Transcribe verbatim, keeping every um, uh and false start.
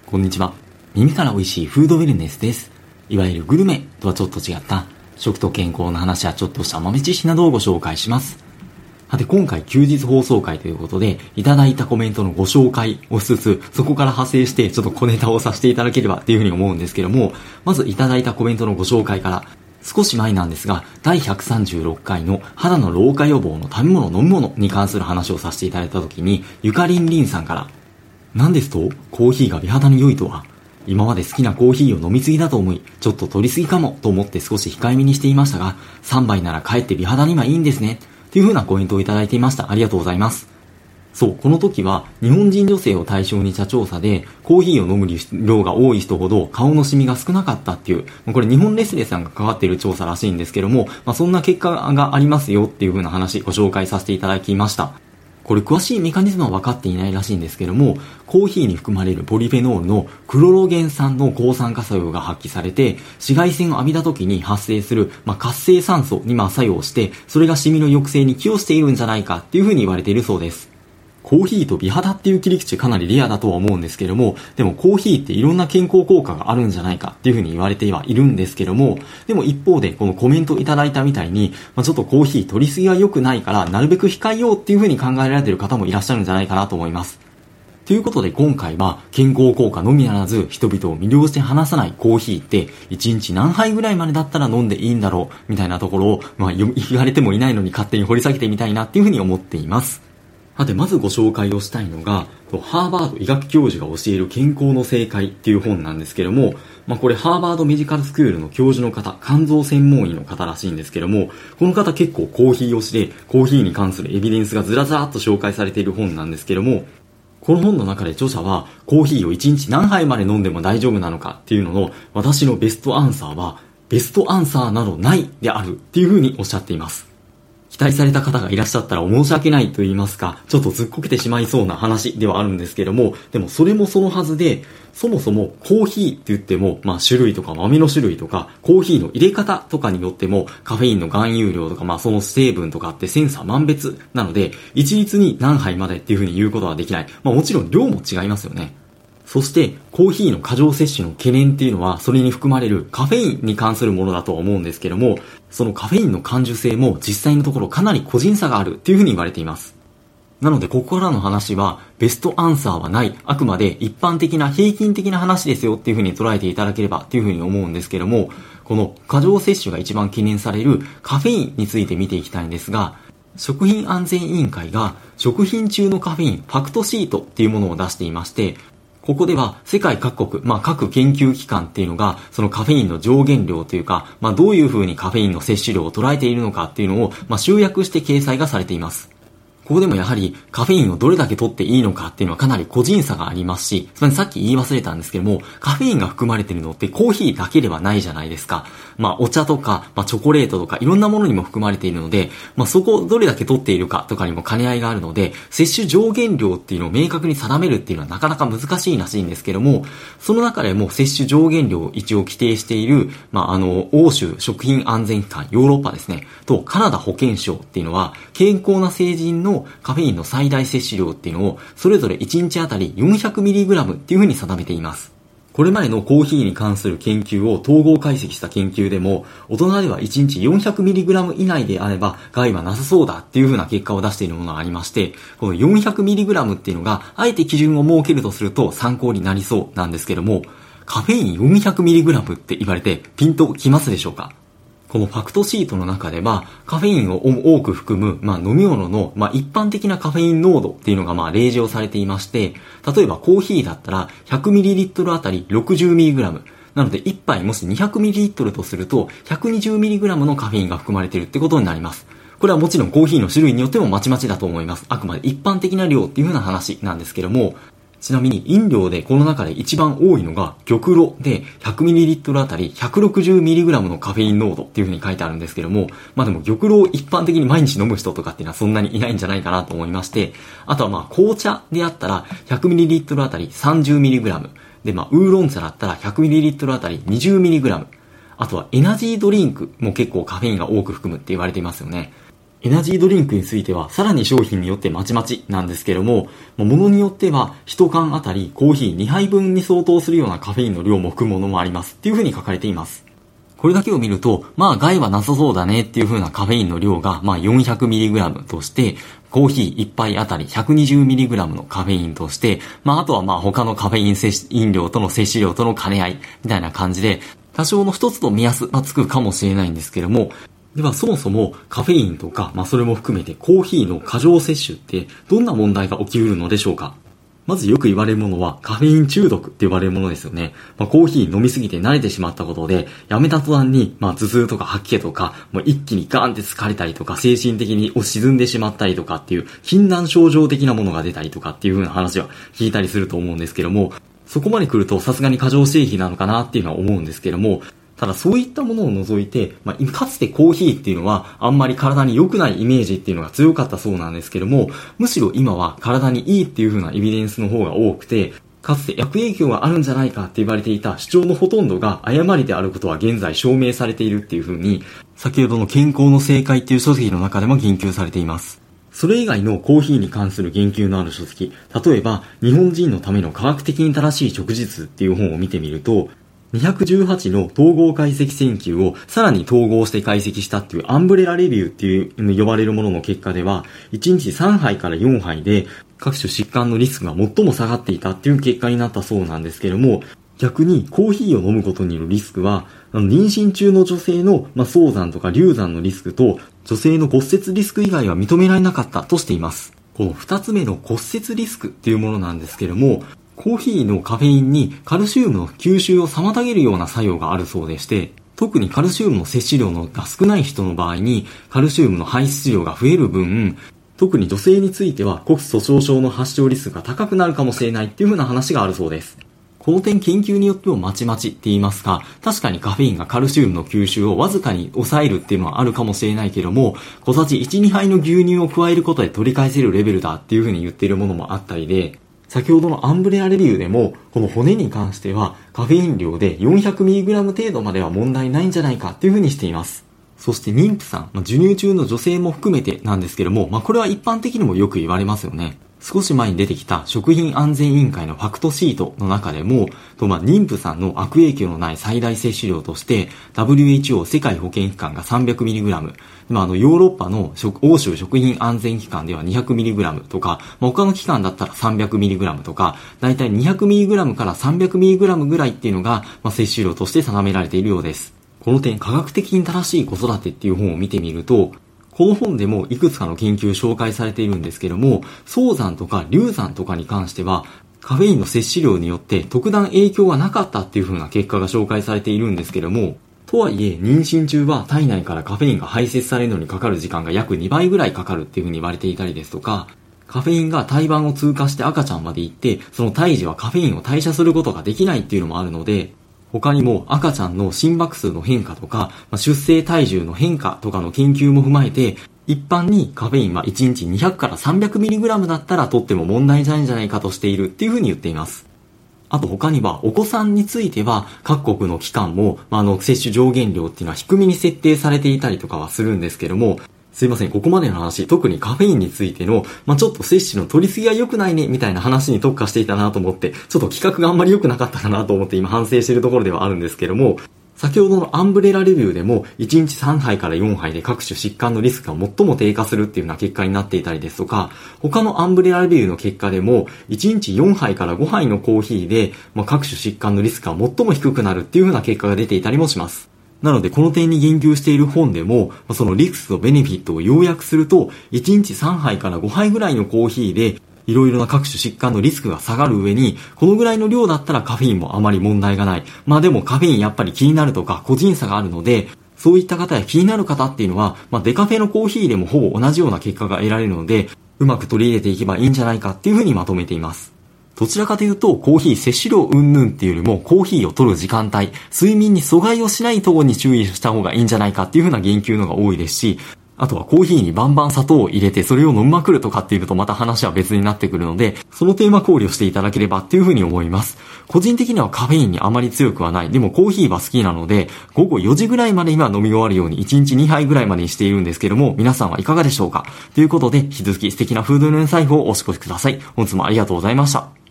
こんにちは。耳から美味しいフードウェルネスです。いわゆるグルメとはちょっと違った食と健康の話やちょっとした豆知識などをご紹介します。さて今回休日放送回ということでいただいたコメントのご紹介をしつつ、そこから派生してちょっと小ネタをさせていただければっていうふうに思うんですけども、まずいただいたコメントのご紹介から、少し前なんですがだいひゃくさんじゅうろっかいの肌の老化予防の食べ物飲み物に関する話をさせていただいた時に、ゆかりんりんさんから、何ですとコーヒーが美肌に良いとは。今まで好きなコーヒーを飲みすぎだと思い、ちょっと取りすぎかもと思って少し控えめにしていましたが、さんばいならかえって美肌にはいいんですねという風なコメントをいただいていました。ありがとうございます。そう、この時は日本人女性を対象にした調査で、コーヒーを飲む量が多い人ほど顔のシミが少なかったっていう、これ日本レスレさんが関わっている調査らしいんですけども、まあ、そんな結果がありますよっていう風な話ご紹介させていただきました。これ詳しいメカニズムは分かっていないらしいんですけども、コーヒーに含まれるポリフェノールのクロロゲン酸の抗酸化作用が発揮されて、紫外線を浴びた時に発生する、まあ、活性酸素にまあ作用して、それがシミの抑制に寄与しているんじゃないかっていうふうに言われているそうです。コーヒーと美肌っていう切り口かなりレアだとは思うんですけども、でもコーヒーっていろんな健康効果があるんじゃないかっていうふうに言われてはいるんですけども、でも一方でこのコメントいただいたみたいに、まあ、ちょっとコーヒー取りすぎは良くないからなるべく控えようっていうふうに考えられている方もいらっしゃるんじゃないかなと思います。ということで今回は健康効果のみならず人々を魅了して離さないコーヒーっていちにち何杯ぐらいまでだったら飲んでいいんだろうみたいなところを、まあ、言われてもいないのに勝手に掘り下げてみたいなっていうふうに思っています。さてまずご紹介をしたいのが、ハーバード医学教授が教える健康の正解っていう本なんですけども、まあ、これハーバードメディカルスクールの教授の方、肝臓専門医の方らしいんですけども、この方結構コーヒー推しで、コーヒーに関するエビデンスがずらずらっと紹介されている本なんですけども、この本の中で著者はコーヒーをいちにち何杯まで飲んでも大丈夫なのかっていうのの、私のベストアンサーはベストアンサーなどないであるっていうふうにおっしゃっています。期待された方がいらっしゃったら申し訳ないと言いますか、ちょっとずっこけてしまいそうな話ではあるんですけども、でもそれもそのはずで、そもそもコーヒーって言っても、まあ種類とか豆の種類とか、コーヒーの入れ方とかによっても、カフェインの含有量とか、まあその成分とかって千差万別なので、一律に何杯までっていうふうに言うことはできない。まあもちろん量も違いますよね。そしてコーヒーの過剰摂取の懸念っていうのは、それに含まれるカフェインに関するものだとは思うんですけども、そのカフェインの感受性も実際のところかなり個人差があるっていうふうに言われています。なのでここからの話はベストアンサーはない、あくまで一般的な平均的な話ですよっていうふうに捉えていただければっていうふうに思うんですけども、この過剰摂取が一番懸念されるカフェインについて見ていきたいんですが、食品安全委員会が食品中のカフェインファクトシートっていうものを出していまして、ここでは世界各国、まあ各研究機関っていうのがそのカフェインの上限量というか、まあどういう風にカフェインの摂取量を捉えているのかっていうのを、まあ集約して掲載がされています。ここでもやはりカフェインをどれだけ取っていいのかっていうのはかなり個人差がありますし、それにさっき言い忘れたんですけども、カフェインが含まれているのってコーヒーだけではないじゃないですか。まあお茶とか、まあチョコレートとかいろんなものにも含まれているので、まあそこをどれだけ取っているかとかにも兼ね合いがあるので、摂取上限量っていうのを明確に定めるっていうのはなかなか難しいらしいんですけども、その中でも摂取上限量を一応規定している、まああの欧州食品安全機関、ヨーロッパですね、とカナダ保健省っていうのは、健康な成人のカフェインの最大摂取量っていうのをそれぞれいちにちあたり よんひゃくミリグラム っていう風に定めています。これまでのコーヒーに関する研究を統合解析した研究でも、大人ではいちにち よんひゃくミリグラム 以内であれば害はなさそうだっていう風な結果を出しているものがありまして、この よんひゃくミリグラム っていうのがあえて基準を設けるとすると参考になりそうなんですけども、カフェイン よんひゃくミリグラム って言われてピンときますでしょうか？このファクトシートの中ではカフェインを多く含む、まあ、飲み物の、まあ、一般的なカフェイン濃度っていうのがまあ例示をされていまして、例えばコーヒーだったら ひゃくミリリットル あたり ろくじゅうミリグラム、なのでいっぱいもし にひゃくミリリットル とすると ひゃくにじゅうミリグラム のカフェインが含まれているってことになります。これはもちろんコーヒーの種類によってもまちまちだと思います。あくまで一般的な量っていう風な話なんですけども、ちなみに飲料でこの中で一番多いのが玉露で ひゃくミリリットル あたり ひゃくろくじゅうミリグラム のカフェイン濃度っていう風に書いてあるんですけども、まあでも玉露を一般的に毎日飲む人とかっていうのはそんなにいないんじゃないかなと思いまして、あとはまあ紅茶であったら ひゃくミリリットル あたり さんじゅうミリグラム で、まあウーロン茶だったら ひゃくミリリットル あたり にじゅうミリグラム、あとはエナジードリンクも結構カフェインが多く含むって言われていますよね。 エナジードリンクについてはさらに商品によってまちまちなんですけども、ものによってはいち缶あたりコーヒーにはいぶんに相当するようなカフェインの量も含むものもありますっていう風に書かれています。これだけを見ると、まあ害はなさそうだねっていう風なカフェインの量がまあ よんひゃくミリグラム として、コーヒーいっぱいあたり ひゃくにじゅうミリグラム のカフェインとして、まああとはまあ他のカフェイン摂飲料との摂取量との兼ね合いみたいな感じで、多少の一つの目安がつくかもしれないんですけども、ではそもそもカフェインとか、まあそれも含めてコーヒーの過剰摂取ってどんな問題が起きうるのでしょうか。まずよく言われるものはカフェイン中毒って言われるものですよね。まあ、コーヒー飲みすぎて慣れてしまったことで、やめた途端に、まあ、頭痛とか吐き気とか、もう一気にガーンって疲れたりとか、精神的に沈んでしまったりとかっていう、禁断症状的なものが出たりとかっていう風な話は聞いたりすると思うんですけども、そこまで来るとさすがに過剰消費なのかなっていうのは思うんですけども、ただそういったものを除いて、まあ、かつてコーヒーっていうのはあんまり体に良くないイメージっていうのが強かったそうなんですけども、むしろ今は体にいいっていう風なエビデンスの方が多くて、かつて悪影響があるんじゃないかって言われていた主張のほとんどが誤りであることは現在証明されているっていう風に、先ほどの健康の正解っていう書籍の中でも言及されています。それ以外のコーヒーに関する言及のある書籍、例えば日本人のための科学的に正しい食事術っていう本を見てみると、にひゃくじゅうはちの統合解析研究をさらに統合して解析したっていうアンブレラレビューっていう呼ばれるものの結果では、いちにちさんはいからよんはいで各種疾患のリスクが最も下がっていたっていう結果になったそうなんですけども、逆にコーヒーを飲むことによるリスクは、妊娠中の女性の、まあ、早産とか流産のリスクと女性の骨折リスク以外は認められなかったとしています。この二つ目の骨折リスクっていうものなんですけども、コーヒーのカフェインにカルシウムの吸収を妨げるような作用があるそうでして、特にカルシウムの摂取量のが少ない人の場合にカルシウムの排出量が増える分、特に女性については骨粗鬆症の発症リスクが高くなるかもしれないっていう風な話があるそうです。この点研究によってもまちまちって言いますか、確かにカフェインがカルシウムの吸収をわずかに抑えるっていうのはあるかもしれないけども、小さじいち、にはいの牛乳を加えることで取り返せるレベルだっていう風に言っているものもあったりで、先ほどのアンブレラレビューでも、この骨に関してはカフェイン量で よんひゃくミリグラム 程度までは問題ないんじゃないかっていう風にしています。そして妊婦さん、まあ、授乳中の女性も含めてなんですけども、まあこれは一般的にもよく言われますよね。少し前に出てきた食品安全委員会のファクトシートの中でも、とまあ妊婦さんの悪影響のない最大摂取量として ダブリューエイチオー 世界保健機関が さんびゃくミリグラム、まあ、あのヨーロッパの欧州食品安全機関では にひゃくミリグラム とか、まあ、他の機関だったら さんびゃくミリグラム とか、だいたい にひゃくミリグラム から さんびゃくミリグラム ぐらいっていうのが、まあ、摂取量として定められているようです。この点、科学的に正しい子育てっていう本を見てみると、この本でもいくつかの研究紹介されているんですけども、早産とか流産とかに関しては、カフェインの摂取量によって特段影響がなかったっていう風な結果が紹介されているんですけども、とはいえ妊娠中は体内からカフェインが排泄されるのにかかる時間が約にばいぐらいかかるっていう風に言われていたりですとか、カフェインが胎盤を通過して赤ちゃんまで行って、その胎児はカフェインを代謝することができないっていうのもあるので、他にも赤ちゃんの心拍数の変化とか、出生体重の変化とかの研究も踏まえて、一般にカフェインはいちにちにひゃくからさんびゃくミリグラム だったらとっても問題ないんじゃないかとしているっていうふうに言っています。あと他にはお子さんについては各国の機関も、まあ、あの摂取上限量っていうのは低めに設定されていたりとかはするんですけども、すいません、ここまでの話、特にカフェインについての、まあ、ちょっと摂取の取りすぎが良くないねみたいな話に特化していたなと思って、ちょっと企画があんまり良くなかったかなと思って今反省しているところではあるんですけども、先ほどのアンブレラレビューでもいちにちさんはいからよんはいで各種疾患のリスクが最も低下するっていうような結果になっていたりですとか、他のアンブレラレビューの結果でもいちにちよんはいからごはいのコーヒーで、まあ、各種疾患のリスクが最も低くなるっていうような結果が出ていたりもします。なのでこの点に言及している本でも、そのリスクとベネフィットを要約すると、いちにちさんはいからごはいぐらいのコーヒーでいろいろな各種疾患のリスクが下がる上に、このぐらいの量だったらカフェインもあまり問題がない。まあでもカフェインやっぱり気になるとか個人差があるので、そういった方や気になる方っていうのは、まあデカフェのコーヒーでもほぼ同じような結果が得られるので、うまく取り入れていけばいいんじゃないかっていうふうにまとめています。どちらかというと、コーヒー摂取量云々っていうよりも、コーヒーを取る時間帯、睡眠に阻害をしない等に注意した方がいいんじゃないかっていうふうな言及のが多いですし、 あとはコーヒーにバンバン砂糖を入れてそれを飲みまくるとかっていうとまた話は別になってくるので、そのテーマ考慮していただければっていうふうに思います。個人的にはカフェインにあまり強くはない。でもコーヒーは好きなので、午後よじぐらいまで今飲み終わるようにいちにちにはいぐらいまでにしているんですけども、皆さんはいかがでしょうかということで、引き続き素敵なフードルーム財布をお過ごしください。本日もありがとうございました。